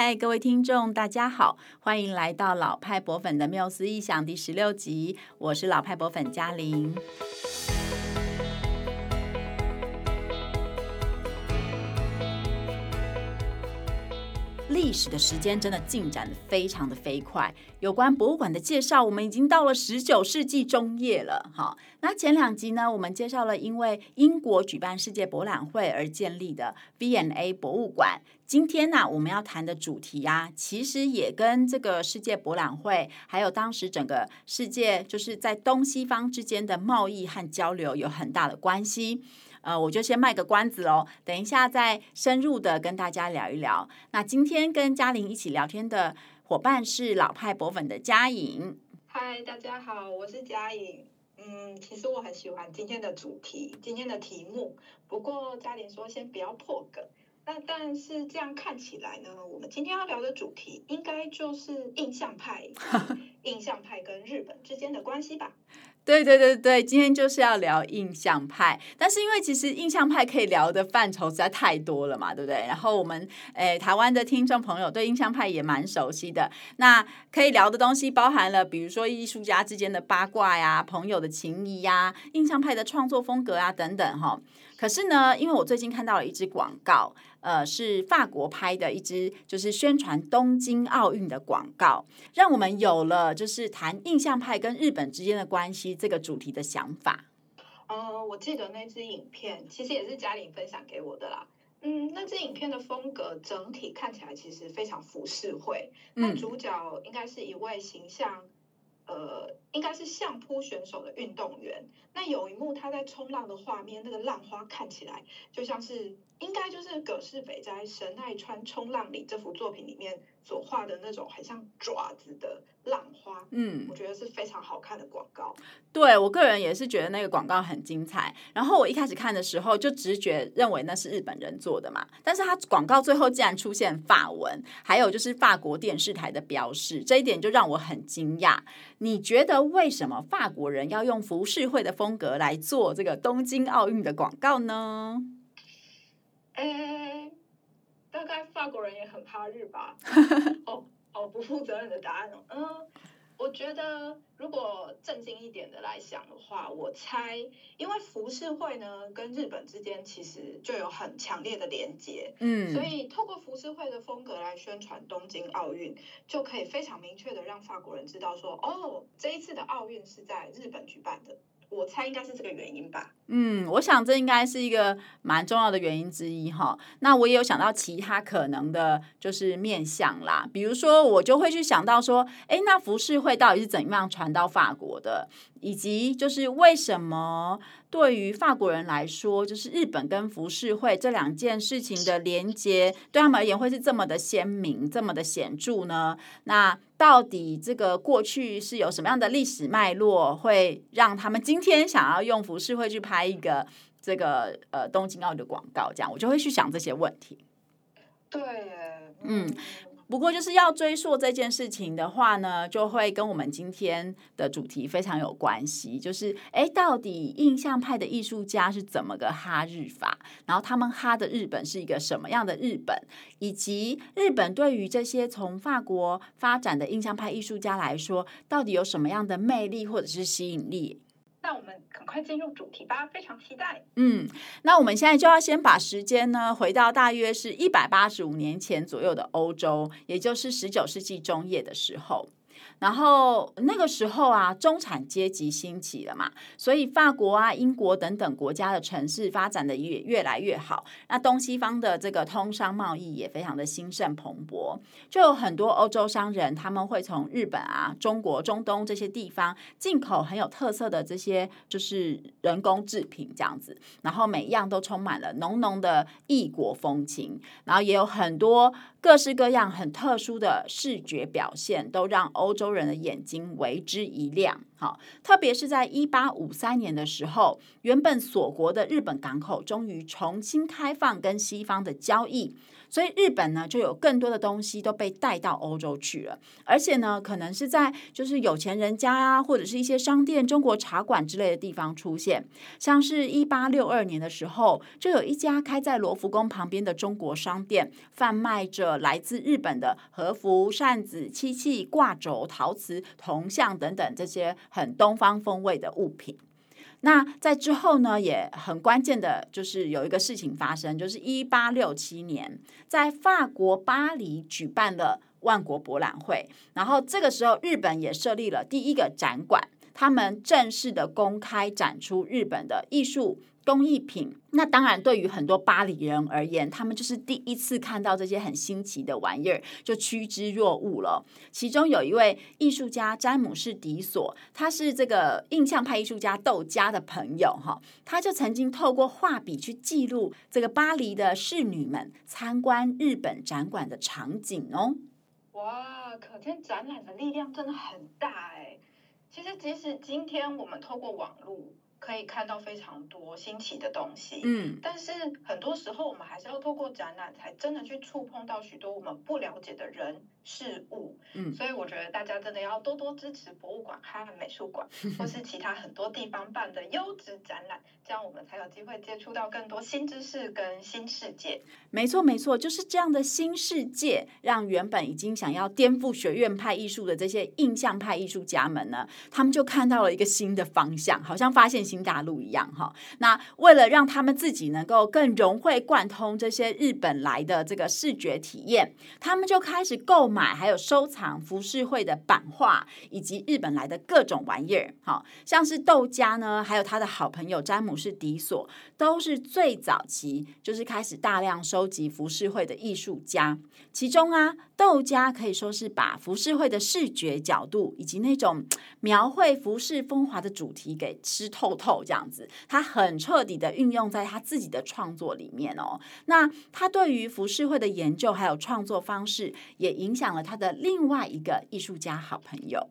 嗨，各位听众，大家好，欢迎来到老派博粉的缪斯异想第16集，我是老派博粉嘉玲。历史的时间真的进展得非常的飞快，有关博物馆的介绍，我们已经到了19世纪中叶了。好，那前2集呢，我们介绍了因为英国举办世界博览会而建立的 V&A 博物馆。今天呢，我们要谈的主题啊，其实也跟这个世界博览会，还有当时整个世界就是在东西方之间的贸易和交流有很大的关系。我就先卖个关子咯，等一下再深入的跟大家聊一聊。那今天跟嘉玲一起聊天的伙伴是老派博粉的嘉颖。 嗨，大家好，我是嘉颖。其实我很喜欢今天的主题，今天的题目。不过嘉玲说先不要破梗。但是这样看起来呢，我们今天要聊的主题应该就是印象派，印象派跟日本之间的关系吧。 对对对对，今天就是要聊印象派，但是因为其实印象派可以聊的范畴实在太多了嘛，对不对？然后我们台湾的听众朋友对印象派也蛮熟悉的，那可以聊的东西包含了比如说艺术家之间的八卦呀、朋友的情谊呀、印象派的创作风格啊等等哈。可是呢，因为我最近看到了一支广告，是法国拍的一支就是宣传东京奥运的广告，让我们有了就是谈印象派跟日本之间的关系这个主题的想法。 我记得那支影片其实也是嘉玲分享给我的啦。那支影片的风格整体看起来其实非常浮世绘。那主角应该是一位形象应该是相扑选手的运动员。那有一幕他在冲浪的画面，那个浪花看起来就像是应该就是葛饰北斋《神奈川冲浪里》这幅作品里面所画的那种很像爪子的浪花。我觉得是非常好看的广告。 对，我个人也是觉得那个广告很精彩，然后我一开始看的时候就直觉认为那是日本人做的嘛，但是他广告最后竟然出现法文，还有就是法国电视台的标示，这一点就让我很惊讶。你觉得为什么法国人要用浮世绘的风格来做这个东京奥运的广告呢？ 大概法国人也很怕日吧。不负责任的答案哦。我觉得如果正经一点的来想的话，我猜因为浮世绘呢跟日本之间其实就有很强烈的连结，所以透过浮世绘的风格来宣传东京奥运，就可以非常明确的让法国人知道说，这一次的奥运是在日本举办的。我猜应该是这个原因吧。 我想这应该是一个蛮重要的原因之一哈。那我也有想到其他可能的就是面向啦，比如说我就会去想到说，那浮世绘到底是怎样传到法国的，以及就是为什么对于法国人来说，就是日本跟浮世绘这2件事情的连接对他们而言会是这么的鲜明，这么的显著呢？那到底这个过去是有什么样的历史脉络，会让他们今天想要用浮世绘去拍一个这个东京奥运的广告？这样我就会去想这些问题。 对耶。 不过就是要追溯这件事情的话呢，就会跟我们今天的主题非常有关系，就是到底印象派的艺术家是怎么个哈日法，然后他们哈的日本是一个什么样的日本，以及日本对于这些从法国发展的印象派艺术家来说，到底有什么样的魅力或者是吸引力。 那我们赶快进入主题吧，非常期待。 那我们现在就要先把时间呢回到大约是185年前左右的欧洲，也就是19世纪中叶的时候。然后那个时候啊，中产阶级兴起了嘛，所以法国啊、英国等等国家的城市发展的也越来越好。那东西方的这个通商贸易也非常的兴盛蓬勃，就有很多欧洲商人他们会从日本啊、中国、中东这些地方进口很有特色的这些就是人工制品这样子，然后每一样都充满了浓浓的异国风情，然后也有很多各式各样很特殊的视觉表现，都让欧洲人的眼睛为之一亮。特别是在1853年的时候，原本锁国的日本港口终于重新开放跟西方的交易， 所以日本呢就有更多的东西都被带到欧洲去了，而且呢可能是在就是有钱人家啊，或者是一些商店、中国茶馆之类的地方出现。像是1862年的时候，就有一家开在罗浮宫旁边的中国商店，贩卖着来自日本的和服、扇子、漆器、挂轴、陶瓷、铜像等等这些很东方风味的物品。那在之后呢，也很关键的就是有一个事情发生，就是1867年，在法国巴黎举办了万国博览会，然后这个时候日本也设立了第一个展馆，他们正式的公开展出日本的艺术工艺品。那当然对于很多巴黎人而言，他们就是第一次看到这些很新奇的玩意儿，就趋之若鹜了。其中有一位艺术家詹姆士·迪索，他是这个印象派艺术家窦加的朋友，他就曾经透过画笔去记录这个巴黎的侍女们参观日本展馆的场景哦。 哇，可见展览的力量真的很大哎。其实即使今天我们透过网络可以看到非常多新奇的东西，但是很多时候我们还是要透过展览才真的去触碰到许多我们不了解的人事物，所以我觉得大家真的要多多支持博物馆和美术馆或是其他很多地方办的优质展览，这样我们才有机会接触到更多新知识跟新世界。 没错没错，就是这样的新世界，让原本已经想要颠覆学院派艺术的这些印象派艺术家们呢，他们就看到了一个新的方向，好像发现新大陆一样哈。那为了让他们自己能够更融会贯通这些日本来的这个视觉体验，他们就开始购买还有收藏浮世绘的版画，以及日本来的各种玩意儿。好像是窦加呢，还有他的好朋友詹姆士·迪索，都是最早期就是开始大量收集浮世绘的艺术家。其中啊，窦加可以说是把浮世绘的视觉角度以及那种描绘浮世风华的主题给吃透透，这样子，他很彻底的运用在他自己的创作里面哦。那他对于浮世绘的研究还有创作方式，也影响了他的另外一个艺术家好朋友。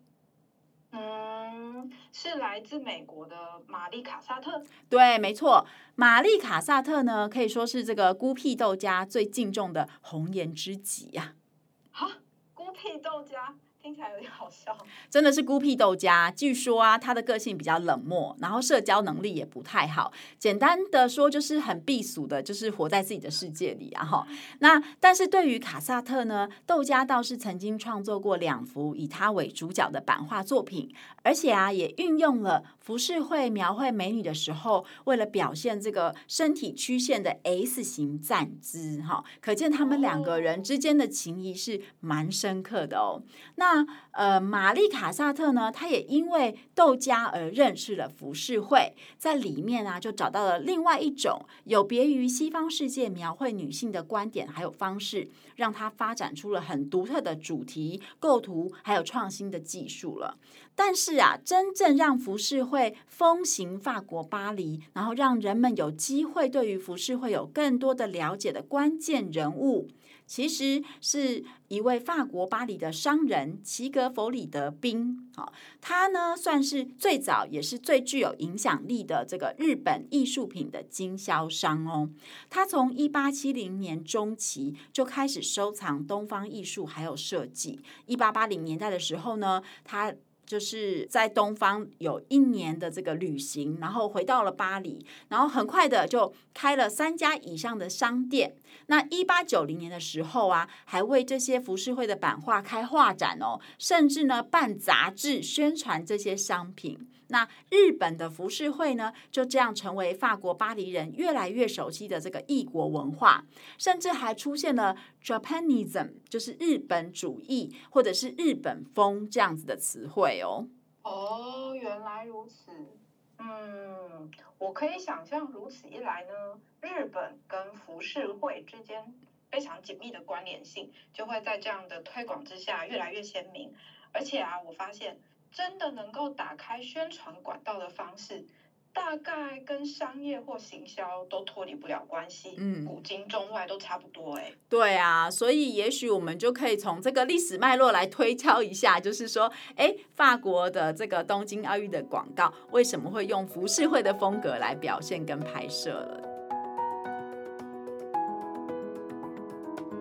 是来自美国的玛丽卡萨特。 对，没错，玛丽卡萨特呢，可以说是这个孤僻窦加最敬重的红颜知己呀。 孤僻窦加听起来有点好笑。 真的是孤僻窦加，据说啊，他的个性比较冷漠，然后社交能力也不太好。简单的说，就是很避俗的，就是活在自己的世界里啊。那但是对于卡萨特呢，窦加倒是曾经创作过2幅以他为主角的版画作品，而且啊，也运用了浮世绘描绘美女的时候，为了表现这个身体曲线的 S 型站姿，可见他们2个人之间的情谊是蛮深刻的哦。那玛丽卡萨特呢，她也因为窦加而认识了浮世绘，在里面啊就找到了另外一种有别于西方世界描绘女性的观点还有方式，让她发展出了很独特的主题、构图还有创新的技术了。但是啊，真正让浮世绘风行法国巴黎，然后让人们有机会对于浮世绘有更多的了解的关键人物，其实是一位法国巴黎的商人齐格弗里德宾。他呢算是最早也是最具有影响力的这个日本艺术品的经销商哦。他从1870年中期就开始收藏东方艺术还有设计。1880年代的时候呢，他就是在东方有1年的这个旅行，然后回到了巴黎，然后很快的就开了3家以上的商店。那1890年的时候啊，还为这些浮世绘的版画开画展哦，甚至呢办杂志宣传这些商品。那日本的浮世绘呢，就这样成为法国巴黎人越来越熟悉的这个异国文化，甚至还出现了 Japanism， 就是日本主义或者是日本风这样子的词汇哦。 原来如此。我可以想象，如此一来呢，日本跟浮世绘之间非常紧密的关联性，就会在这样的推广之下越来越鲜明。而且啊，我发现真的能够打开宣传管道的方式，大概跟商业或行销都脱离不了关系，古今中外都差不多哎。 对啊，所以也许我们就可以从这个历史脉络来推敲一下，就是说，法国的这个东京奥运的广告为什么会用浮世绘的风格来表现跟拍摄了。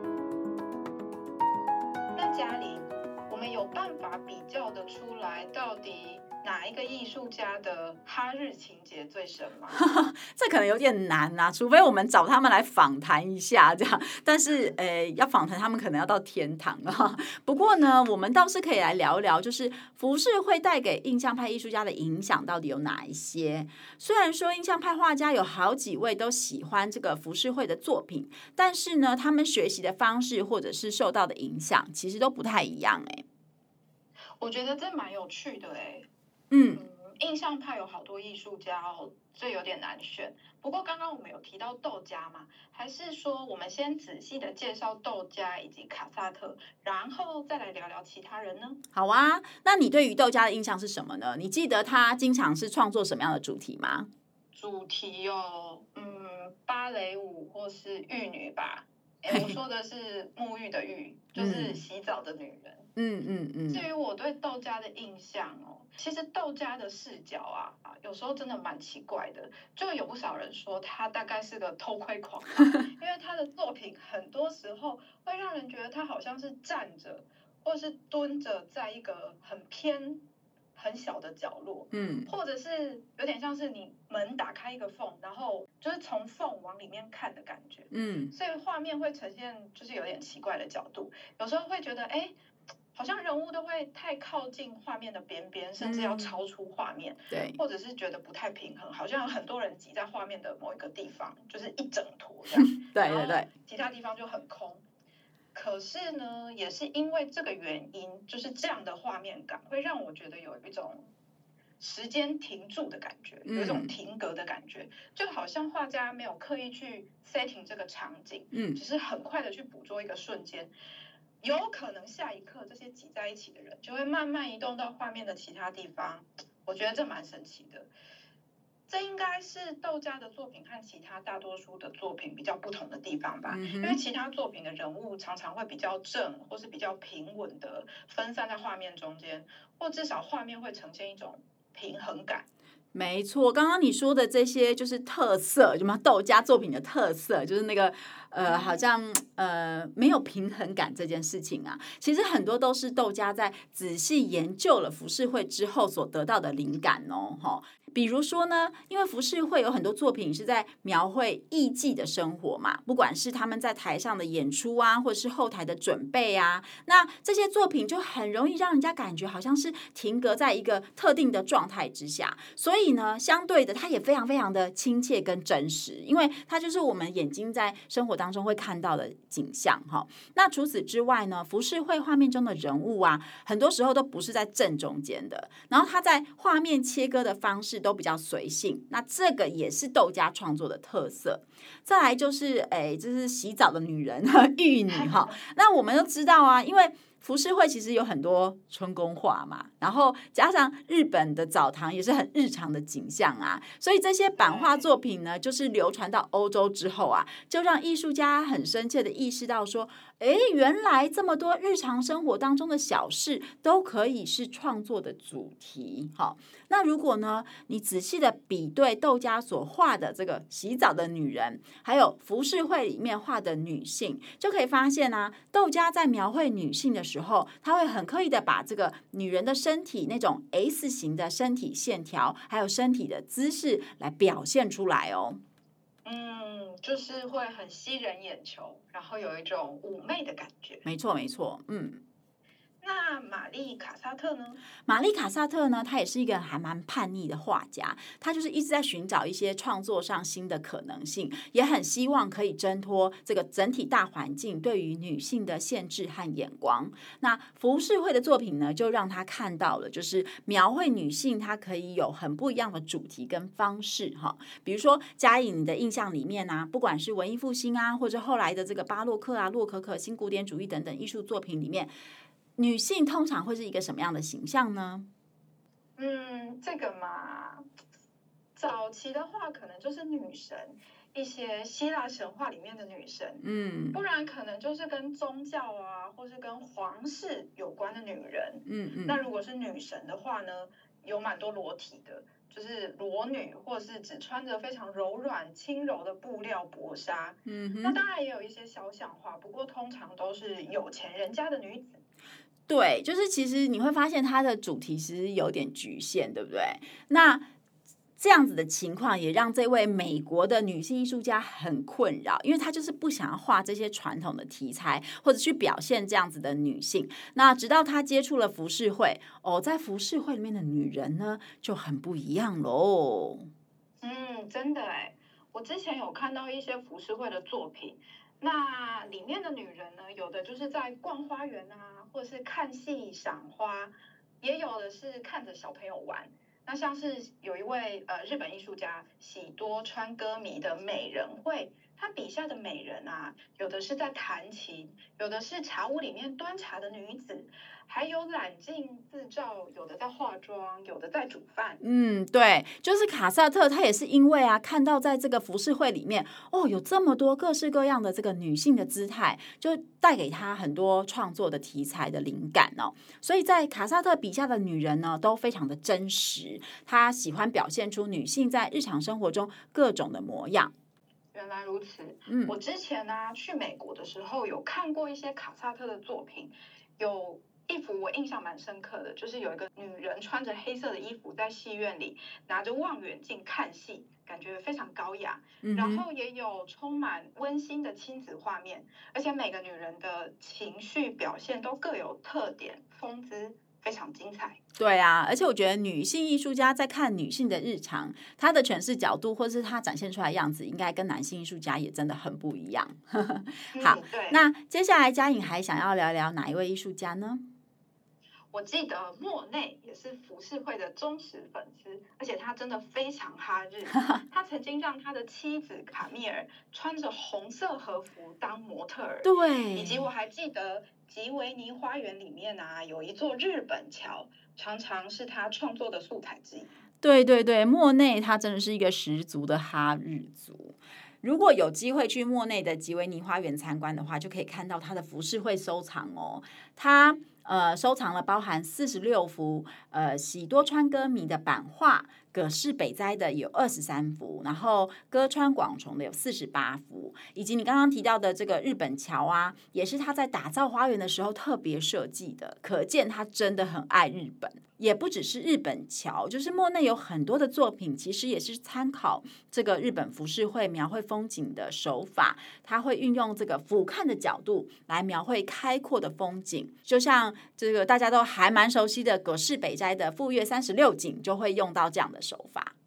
有办法比较得出来到底哪一个艺术家的哈日情节最深吗？ 这可能有点难啊，除非我们找他们来访谈一下这样。但是，要访谈他们可能要到天堂啊。不过呢，我们倒是可以来聊一聊，就是浮世绘带给印象派艺术家的影响到底有哪一些？虽然说印象派画家有好几位都喜欢这个浮世绘的作品，但是呢，他们学习的方式或者是受到的影响，其实都不太一样我觉得这蛮有趣的嗯， 印象派有好多艺术家哦，这有点难选。不过刚刚我们有提到窦家嘛，还是说我们先仔细的介绍窦家以及卡萨特，然后再来聊聊其他人呢？ 好啊。那你对于窦家的印象是什么呢？你记得他经常是创作什么样的主题吗？ 主题芭蕾舞或是玉女吧。我说的是沐浴的浴，就是洗澡的女人。至于我对窦家的印象哦，其实窦家的视角啊，有时候真的蛮奇怪的，就有不少人说他大概是个偷窥狂吧，因为他的作品很多时候会让人觉得他好像是站着或是蹲着在一个很偏很小的角落，或者是有点像是你门打开一个缝，然后就是从缝往里面看的感觉，所以画面会呈现就是有点奇怪的角度，有时候会觉得好像人物都会太靠近画面的边边，甚至要超出画面， 对， 或者是觉得不太平衡，好像有很多人挤在画面的某一个地方，就是一整坨这样， 对， 其他地方就很空。可是呢，也是因为这个原因，就是这样的画面感，会让我觉得有一种时间停住的感觉，有一种停格的感觉，就好像画家没有刻意去 setting 这个场景，只是很快的去捕捉一个瞬间。有可能下一刻这些挤在一起的人就会慢慢移动到画面的其他地方，我觉得这蛮神奇的。这应该是窦家的作品和其他大多数的作品比较不同的地方吧，因为其他作品的人物常常会比较正，或是比较平稳的分散在画面中间，或至少画面会呈现一种平衡感。 没错，刚刚你说的这些就是特色，什么窦家作品的特色，就是那个好像没有平衡感这件事情啊，其实很多都是窦家在仔细研究了浮世绘之后所得到的灵感哦，比如说呢，因为浮世绘有很多作品是在描绘艺伎的生活嘛，不管是他们在台上的演出啊，或者是后台的准备啊，那这些作品就很容易让人家感觉好像是停格在一个特定的状态之下，所以呢，相对的，它也非常非常的亲切跟真实，因为它就是我们眼睛在生活当中会看到的景象哈。那除此之外呢，浮世绘画面中的人物啊，很多时候都不是在正中间的，然后它在画面切割的方式都比较随性，那这个也是窦家创作的特色。再来就是，这是洗澡的女人玉女哈。那我们都知道啊，因为浮世绘其实有很多春宫画嘛，然后加上日本的澡堂也是很日常的景象啊，所以这些版画作品呢，就是流传到欧洲之后啊，就让艺术家很深切的意识到说，原来这么多日常生活当中的小事都可以是创作的主题。好，那如果呢，你仔细的比对窦家所画的这个洗澡的女人，还有浮世绘里面画的女性，就可以发现啊，窦家在描绘女性的时候，他会很刻意的把这个女人的身体那种 S 型的身体线条，还有身体的姿势来表现出来哦。 就是会很吸人眼球，然后有一种妩媚的感觉。 没错， 那玛丽卡萨特呢？ 玛丽卡萨特呢，她也是一个还蛮叛逆的画家，她就是一直在寻找一些创作上新的可能性，也很希望可以挣脱这个整体大环境对于女性的限制和眼光。那浮世绘的作品呢，就让她看到了，就是描绘女性，她可以有很不一样的主题跟方式哈。比如说，加以你的印象里面啊，不管是文艺复兴啊，或者后来的这个巴洛克啊、洛可可、新古典主义等等艺术作品里面，女性通常会是一个什么样的形象呢？ 这个嘛，早期的话可能就是女神，一些希腊神话里面的女神，不然可能就是跟宗教啊，或是跟皇室有关的女人，那如果是女神的话呢，有蛮多裸体的，就是裸女，或是只穿着非常柔软轻柔的布料薄纱，那当然也有一些肖像画，不过通常都是有钱人家的女子。 对，就是其实你会发现它的主题其实有点局限，对不对？那这样子的情况也让这位美国的女性艺术家很困扰，因为她就是不想要画这些传统的题材，或者去表现这样子的女性。那直到她接触了浮世绘，在浮世绘里面的女人呢就很不一样喽。 真的哎，我之前有看到一些浮世绘的作品，那里面的女人呢，有的就是在逛花园啊，或者是看戏赏花，也有的是看着小朋友玩。那像是有一位日本艺术家喜多川歌迷的美人绘，他笔下的美人啊，有的是在弹琴，有的是茶屋里面端茶的女子，还有揽镜自照，有的在化妆，有的在煮饭。 对，就是卡萨特，他也是因为看到在这个浮世绘里面，有这么多各式各样的这个女性的姿态，就带给他很多创作的题材的灵感哦。所以在卡萨特笔下的女人呢，都非常的真实，他喜欢表现出女性在日常生活中各种的模样。 原来如此，我之前去美国的时候有看过一些卡萨特的作品，有一幅我印象蛮深刻的，就是有一个女人穿着黑色的衣服在戏院里拿着望远镜看戏，感觉非常高雅。然后也有充满温馨的亲子画面，而且每个女人的情绪表现都各有特点，风姿非常精彩。 对啊，而且我觉得女性艺术家在看女性的日常，她的诠释角度或是她展现出来的样子，应该跟男性艺术家也真的很不一样。好，那接下来嘉颖还想要聊聊哪一位艺术家呢？ 我记得莫内也是浮世绘的忠实粉丝，而且他真的非常哈日。他曾经让他的妻子卡米尔穿着红色和服当模特儿， 对， 以及我还记得吉维尼花园里面有一座日本桥，常常是他创作的素材之一。 对对对，莫内他真的是一个十足的哈日族。如果有机会去莫内的吉维尼花园参观的话，就可以看到他的浮世绘收藏哦。他收藏了包含46幅喜多川歌迷的版画，葛饰北斋的有23幅，然后歌川广重的有48幅，以及你刚刚提到的这个日本桥也是他在打造花园的时候特别设计的，可见他真的很爱日本。也不只是日本桥，就是莫内有很多的作品其实也是参考这个日本浮世绘描绘风景的手法，他会运用这个俯瞰的角度来描绘开阔的风景，就像这个大家都还蛮熟悉的葛饰北斋的富岳36景就会用到这样的手法。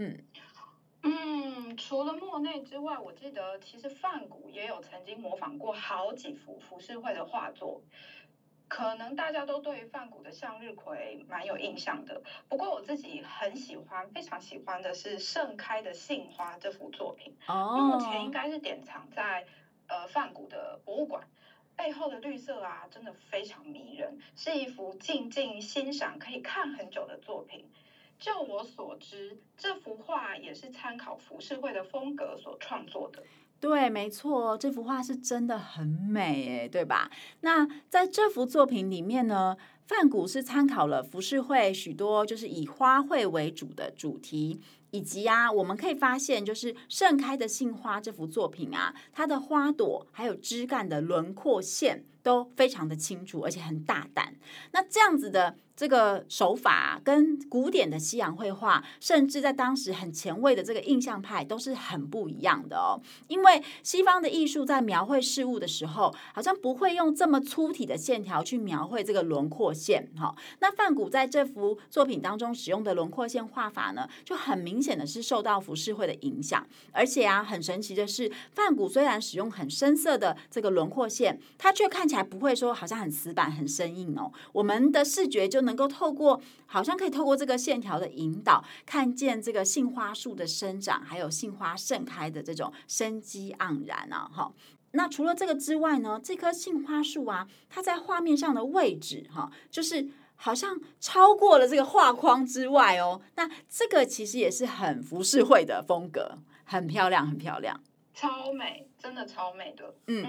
除了莫内之外，我记得其实梵谷也有曾经模仿过好几幅浮世绘的画作。可能大家都对梵谷的向日葵蛮有印象的，不过我自己很喜欢，非常喜欢的是《盛开的杏花》这幅作品。目前应该是典藏在梵谷的博物馆，背后的绿色真的非常迷人，是一幅静静欣赏可以看很久的作品。就我所知，这幅画也是参考浮世绘的风格所创作的。 对，没错，这幅画是真的很美，对吧？那在这幅作品里面呢，梵谷是参考了浮世绘许多就是以花卉为主的主题，以及我们可以发现，就是《盛开的杏花》这幅作品它的花朵还有枝干的轮廓线都非常的清楚，而且很大胆。那这样子的这个手法跟古典的西洋绘画，甚至在当时很前卫的这个印象派都是很不一样的哦。因为西方的艺术在描绘事物的时候，好像不会用这么粗体的线条去描绘这个轮廓线。那梵谷在这幅作品当中使用的轮廓线画法呢，就很明显的是受到浮世绘的影响。而且很神奇的是，梵谷虽然使用很深色的这个轮廓线，它却看起来不会说好像很死板很生硬哦。我们的视觉就能够好像可以透过这个线条的引导，看见这个杏花树的生长，还有杏花盛开的这种生机盎然那除了这个之外呢，这棵杏花树它在画面上的位置就是好像超过了这个画框之外哦。那这个其实也是很浮世绘的风格，很漂亮，很漂亮， 超美，真的超美的。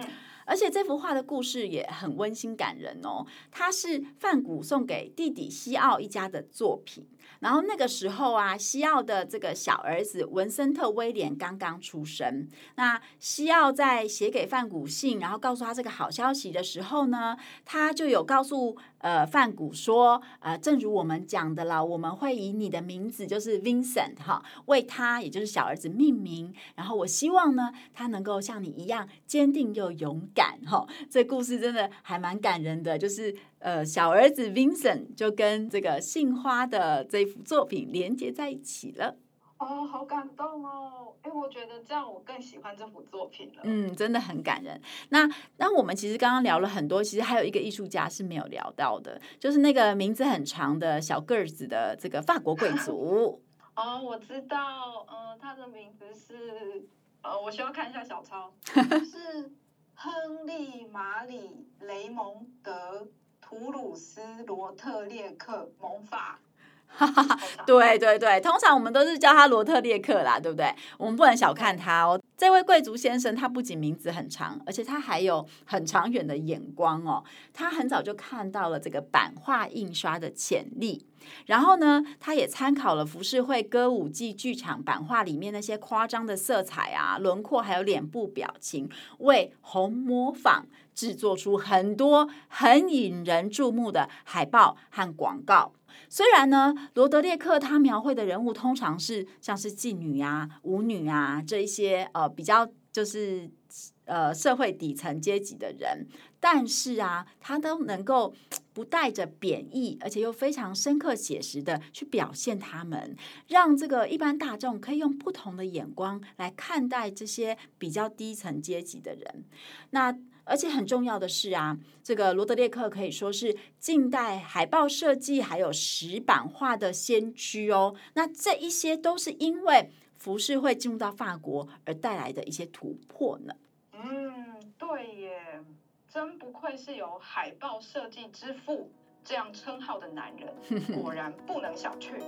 而且这幅画的故事也很温馨感人哦。它是梵谷送给弟弟西奥一家的作品。然后那个时候啊，西奥的这个小儿子文森特威廉刚刚出生。那西奥在写给梵谷信，然后告诉他这个好消息的时候呢，他就有告诉梵谷说，正如我们讲的啦，我们会以你的名字就是 Vincent 哈，为他也就是小儿子命名。然后我希望呢，他能够像你一样坚定又勇敢哈。这故事真的还蛮感人的，就是小儿子 Vincent 就跟这个杏花的这幅作品连接在一起了。 哦，好感动哦！我觉得这样我更喜欢这幅作品了。 真的很感人。那我们其实刚刚聊了很多，其实还有一个艺术家是没有聊到的，就是那个名字很长的小个子的这个法国贵族。 哦，我知道，他的名字是，我需要看一下小抄，是亨利·马里·雷蒙德·图鲁斯·罗特列克蒙法。 对对对，通常我们都是叫他罗特列克啦，对不对？我们不能小看他哦。这位贵族先生，他不仅名字很长，而且他还有很长远的眼光哦。他很早就看到了这个版画印刷的潜力，然后呢，他也参考了浮世绘歌舞伎剧场版画里面那些夸张的色彩啊、轮廓，还有脸部表情，为红磨坊制作出很多很引人注目的海报和广告。虽然呢，罗德列克他描绘的人物通常是像是妓女啊、舞女啊这一些比较就是社会底层阶级的人，但是啊，他都能够不带着贬义，而且又非常深刻写实的去表现他们，让这个一般大众可以用不同的眼光来看待这些比较低层阶级的人。那而且很重要的是啊，这个罗德列克可以说是近代海报设计还有石版画的先驱哦。那这一些都是因为浮世绘进入到法国而带来的一些突破呢。 对耶，真不愧是有海报设计之父这样称号的男人，果然不能小觑。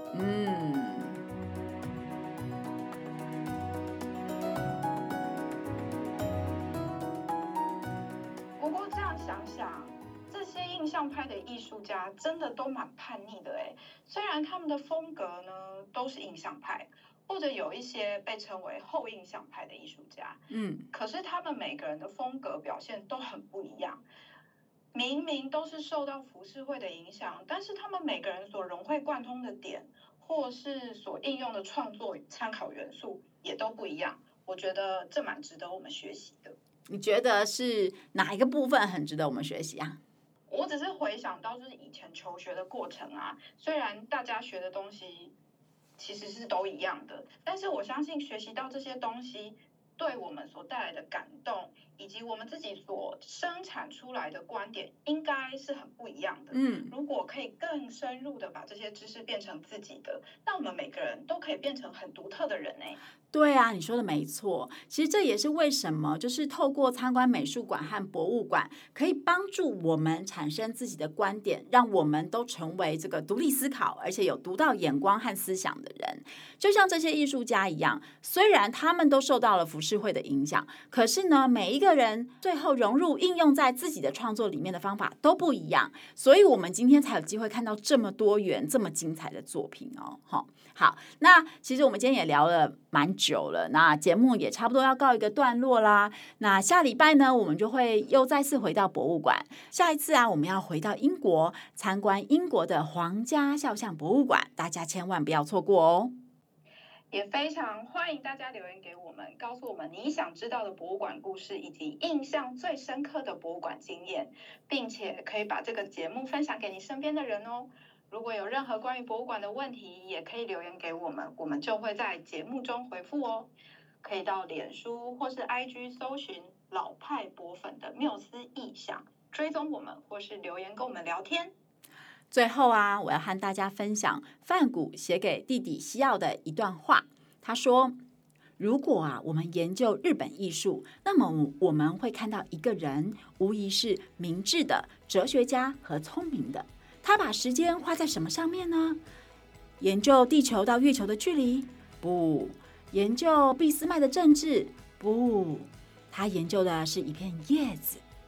不过这样想想，这些印象派的艺术家真的都蛮叛逆的哎。虽然他们的风格呢都是印象派，或者有一些被称为后印象派的艺术家，可是他们每个人的风格表现都很不一样。明明都是受到浮世绘的影响，但是他们每个人所融会贯通的点，或是所应用的创作参考元素也都不一样。我觉得这蛮值得我们学习的。 你觉得是哪一个部分很值得我们学习啊？ 我只是回想到就是以前求学的过程啊，虽然大家学的东西其实是都一样的，但是我相信学习到这些东西对我们所带来的感动，以及我们自己所生产出来的观点，应该是很不一样的。如果可以更深入的把这些知识变成自己的，那我们每个人都可以变成很独特的人欸。 对啊，你说的没错。其实这也是为什么，就是透过参观美术馆和博物馆，可以帮助我们产生自己的观点，让我们都成为这个独立思考，而且有独到眼光和思想的人。就像这些艺术家一样，虽然他们都受到了浮世绘的影响，可是呢，每一个人最后融入应用在自己的创作里面的方法都不一样，所以我们今天才有机会看到这么多元、这么精彩的作品哦。好，那其实我们今天也聊了蛮久了，那节目也差不多要告一个段落啦。那下礼拜呢，我们就会又再次回到博物馆。下一次啊，我们要回到英国参观英国的皇家肖像博物馆，大家千万不要错过哦。 也非常欢迎大家留言给我们，告诉我们你想知道的博物馆故事，以及印象最深刻的博物馆经验，并且可以把这个节目分享给你身边的人哦。如果有任何关于博物馆的问题，也可以留言给我们，我们就会在节目中回复哦。可以到脸书或是 IG 搜寻老派博粉的缪斯意象，追踪我们或是留言跟我们聊天。 最后啊，我要和大家分享梵谷写给弟弟西奥的一段话。他说，如果啊我们研究日本艺术，那么我们会看到一个人，无疑是明智的哲学家和聪明的。他把时间花在什么上面呢？研究地球到月球的距离？不。研究俾斯麦的政治？不。他研究的是一片叶子，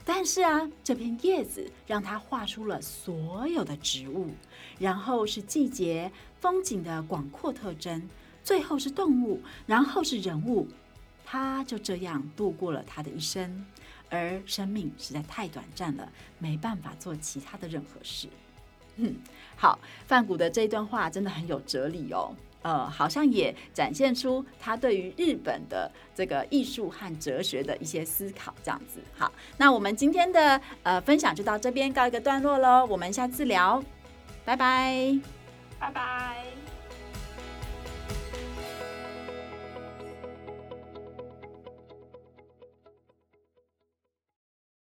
但是啊，这片叶子让他画出了所有的植物，然后是季节、风景的广阔特征，最后是动物，然后是人物。他就这样度过了他的一生，而生命实在太短暂了，没办法做其他的任何事。好，梵谷的这一段话真的很有哲理哦。好像也展现出他对于日本的这个艺术和哲学的一些思考，这样子。好，那我们今天的分享就到这边告一个段落喽，我们下次聊，拜拜， 拜拜。